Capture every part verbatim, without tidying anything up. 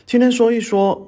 今天说一说，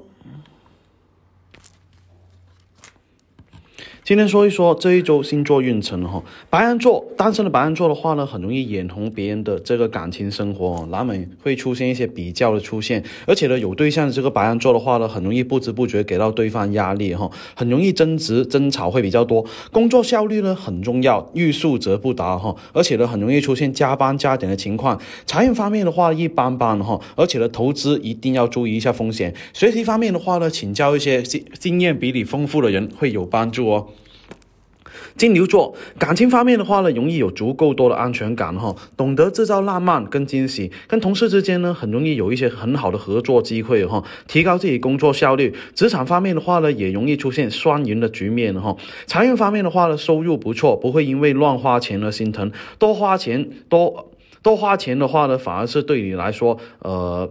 今天说一说这一周星座运程哈。白羊座单身的白羊座的话呢，很容易眼红别人的这个感情生活，难免会出现一些比较的出现，而且呢，有对象的这个白羊座的话呢，很容易不知不觉给到对方压力哈，很容易争执争吵会比较多。工作效率呢很重要，欲速则不达哈，而且呢，很容易出现加班加点的情况。财运方面的话一般般哈，而且呢，投资一定要注意一下风险。学习方面的话呢，请教一些经验比你丰富的人会有帮助哦。金牛座感情方面的话呢，容易有足够多的安全感哈，懂得制造浪漫跟惊喜，跟同事之间呢，很容易有一些很好的合作机会哈，提高自己工作效率。职场方面的话呢，也容易出现双赢的局面哈。财运方面的话呢，收入不错，不会因为乱花钱而心疼，多花钱多多花钱的话呢，反而是对你来说呃。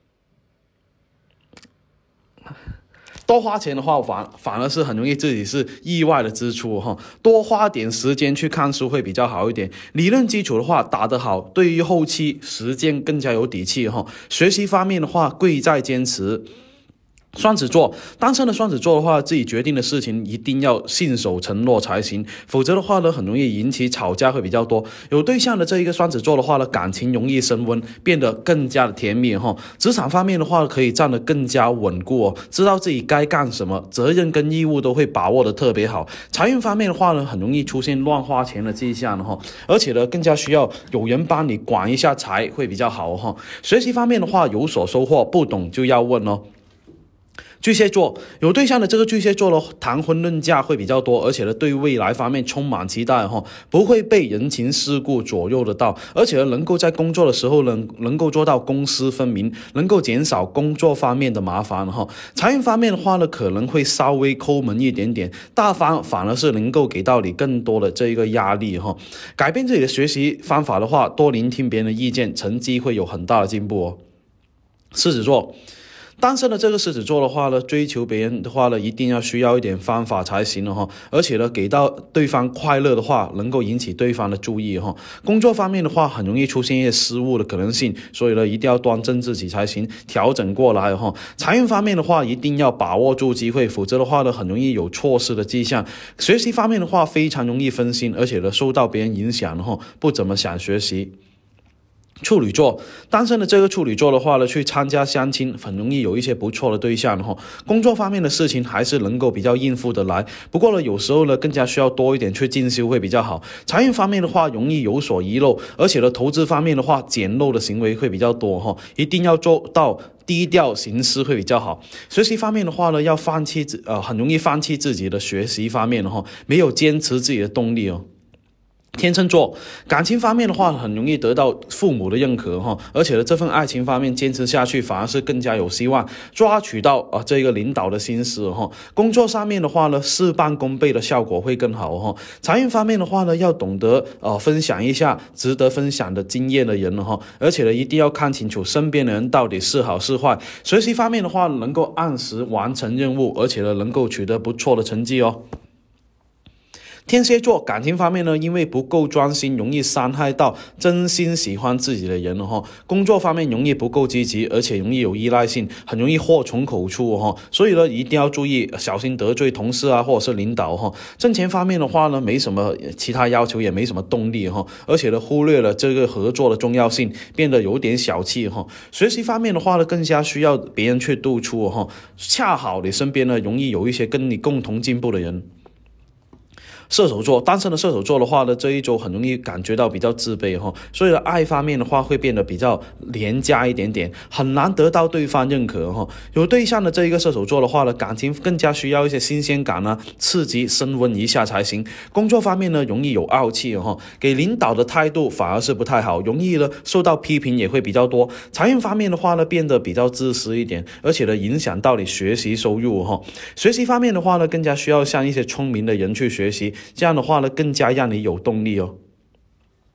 多花钱的话反反而是很容易自己是意外的支出哈，多花点时间去看书会比较好一点。理论基础的话打得好，对于后期时间更加有底气哈。学习方面的话，贵在坚持。双子座单身的双子座的话，自己决定的事情一定要信守承诺才行，否则的话呢，很容易引起吵架会比较多。有对象的这一个双子座的话呢，感情容易升温，变得更加的甜蜜哈。职场方面的话，可以站得更加稳固哦，知道自己该干什么，责任跟义务都会把握的特别好。财运方面的话呢，很容易出现乱花钱的迹象哈，而且呢，更加需要有人帮你管一下财会比较好哈。学习方面的话，有所收获，不懂就要问哦。巨蟹座有对象的这个巨蟹座的谈婚论嫁会比较多，而且呢，对未来方面充满期待哈，不会被人情世故左右得到，而且呢，能够在工作的时候呢，能够做到公私分明，能够减少工作方面的麻烦哈。财运方面的话呢，可能会稍微抠门一点点，大方反而是能够给到你更多的这一个压力哈。改变自己的学习方法的话，多聆听别人的意见，成绩会有很大的进步哦。狮子座单身的这个狮子座的话呢，追求别人的话呢，一定要需要一点方法才行了哈。而且呢，给到对方快乐的话，能够引起对方的注意哈。工作方面的话，很容易出现一些失误的可能性，所以呢，一定要端正自己才行，调整过来哈。财运方面的话，一定要把握住机会，否则的话呢，很容易有错失的迹象。学习方面的话，非常容易分心，而且呢，受到别人影响哈，不怎么想学习。处女座单身的这个处女座的话呢，去参加相亲很容易有一些不错的对象哈。工作方面的事情还是能够比较应付得来，不过呢，有时候呢更加需要多一点去进修会比较好。财运方面的话，容易有所遗漏，而且呢，投资方面的话，捡漏的行为会比较多哈，一定要做到低调行事会比较好。学习方面的话呢，要放弃自呃很容易放弃自己的学习方面哈，没有坚持自己的动力哦。天秤座感情方面的话，很容易得到父母的认可哈，而且呢，这份爱情方面坚持下去，反而是更加有希望抓取到啊这个领导的心思哈。工作上面的话呢，事半功倍的效果会更好哈。财运方面的话呢，要懂得呃分享一下值得分享的经验的人哈，而且呢，一定要看清楚身边的人到底是好是坏。学习方面的话，能够按时完成任务，而且呢，能够取得不错的成绩哦。天蝎座感情方面呢，因为不够专心，容易伤害到真心喜欢自己的人哈。工作方面容易不够积极，而且容易有依赖性，很容易祸从口出哈。所以呢，一定要注意，小心得罪同事啊，或者是领导哈。挣钱方面的话呢，没什么其他要求，也没什么动力哈。而且呢，忽略了这个合作的重要性，变得有点小气哈。学习方面的话呢，更加需要别人去督促哈。恰好你身边呢，容易有一些跟你共同进步的人。射手座单身的射手座的话呢，这一周很容易感觉到比较自卑哈，所以呢，爱方面的话会变得比较廉价一点点，很难得到对方认可哈。有对象的这一个射手座的话呢，感情更加需要一些新鲜感啊，刺激升温一下才行。工作方面呢，容易有傲气哈，给领导的态度反而是不太好，容易呢受到批评也会比较多。财运方面的话呢，变得比较自私一点，而且呢，影响到你学习收入哈。学习方面的话呢，更加需要向一些聪明的人去学习。这样的话呢，更加让你有动力哦。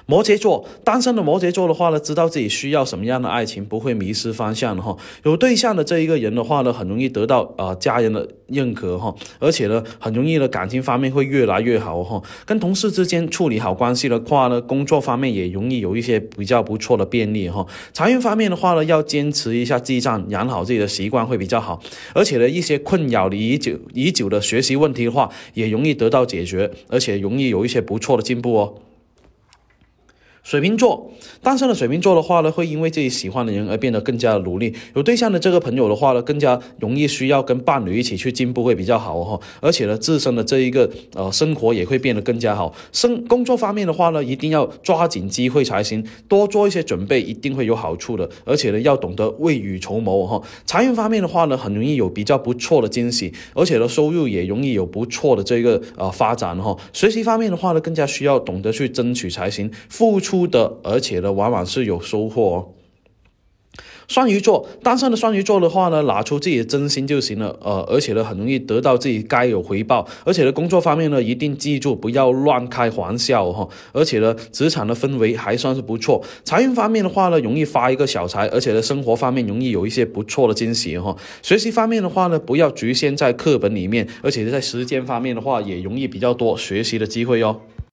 摩羯座，单身的摩羯座的话呢，知道自己需要什么样的爱情，不会迷失方向哈。有对象的这一个人的话呢，很容易得到呃家人的认可哈，而且呢，很容易的感情方面会越来越好哈。跟同事之间处理好关系的话呢，工作方面也容易有一些比较不错的便利哈。财运方面的话呢，要坚持一下记账，养好自己的习惯会比较好。而且呢，一些困扰你已久已久的学习问题的话，也容易得到解决，而且容易有一些不错的进步哦。水瓶座，单身的水瓶座的话呢，会因为自己喜欢的人而变得更加的努力。有对象的这个朋友的话呢，更加容易需要跟伴侣一起去进步，会比较好哈。而且呢，自身的这一个呃生活也会变得更加好。生工作方面的话呢，一定要抓紧机会才行，多做一些准备，一定会有好处的。而且呢，要懂得未雨绸缪哈。财运方面的话呢，很容易有比较不错的惊喜，而且呢，收入也容易有不错的这个呃发展哈。学习方面的话呢，更加需要懂得去争取才行，付出出的，而且呢，往往是有收获哦。双鱼座，单身的双鱼座的话呢，拿出自己的真心就行了，呃，而且呢，很容易得到自己该有回报，而且呢，工作方面呢，一定记住不要乱开玩笑哈、哦，而且呢，职场的氛围还算是不错。财运方面的话呢，容易发一个小财，而且呢，生活方面容易有一些不错的惊喜哈、哦。学习方面的话呢，不要局限在课本里面，而且在时间方面的话，也容易比较多学习的机会哦。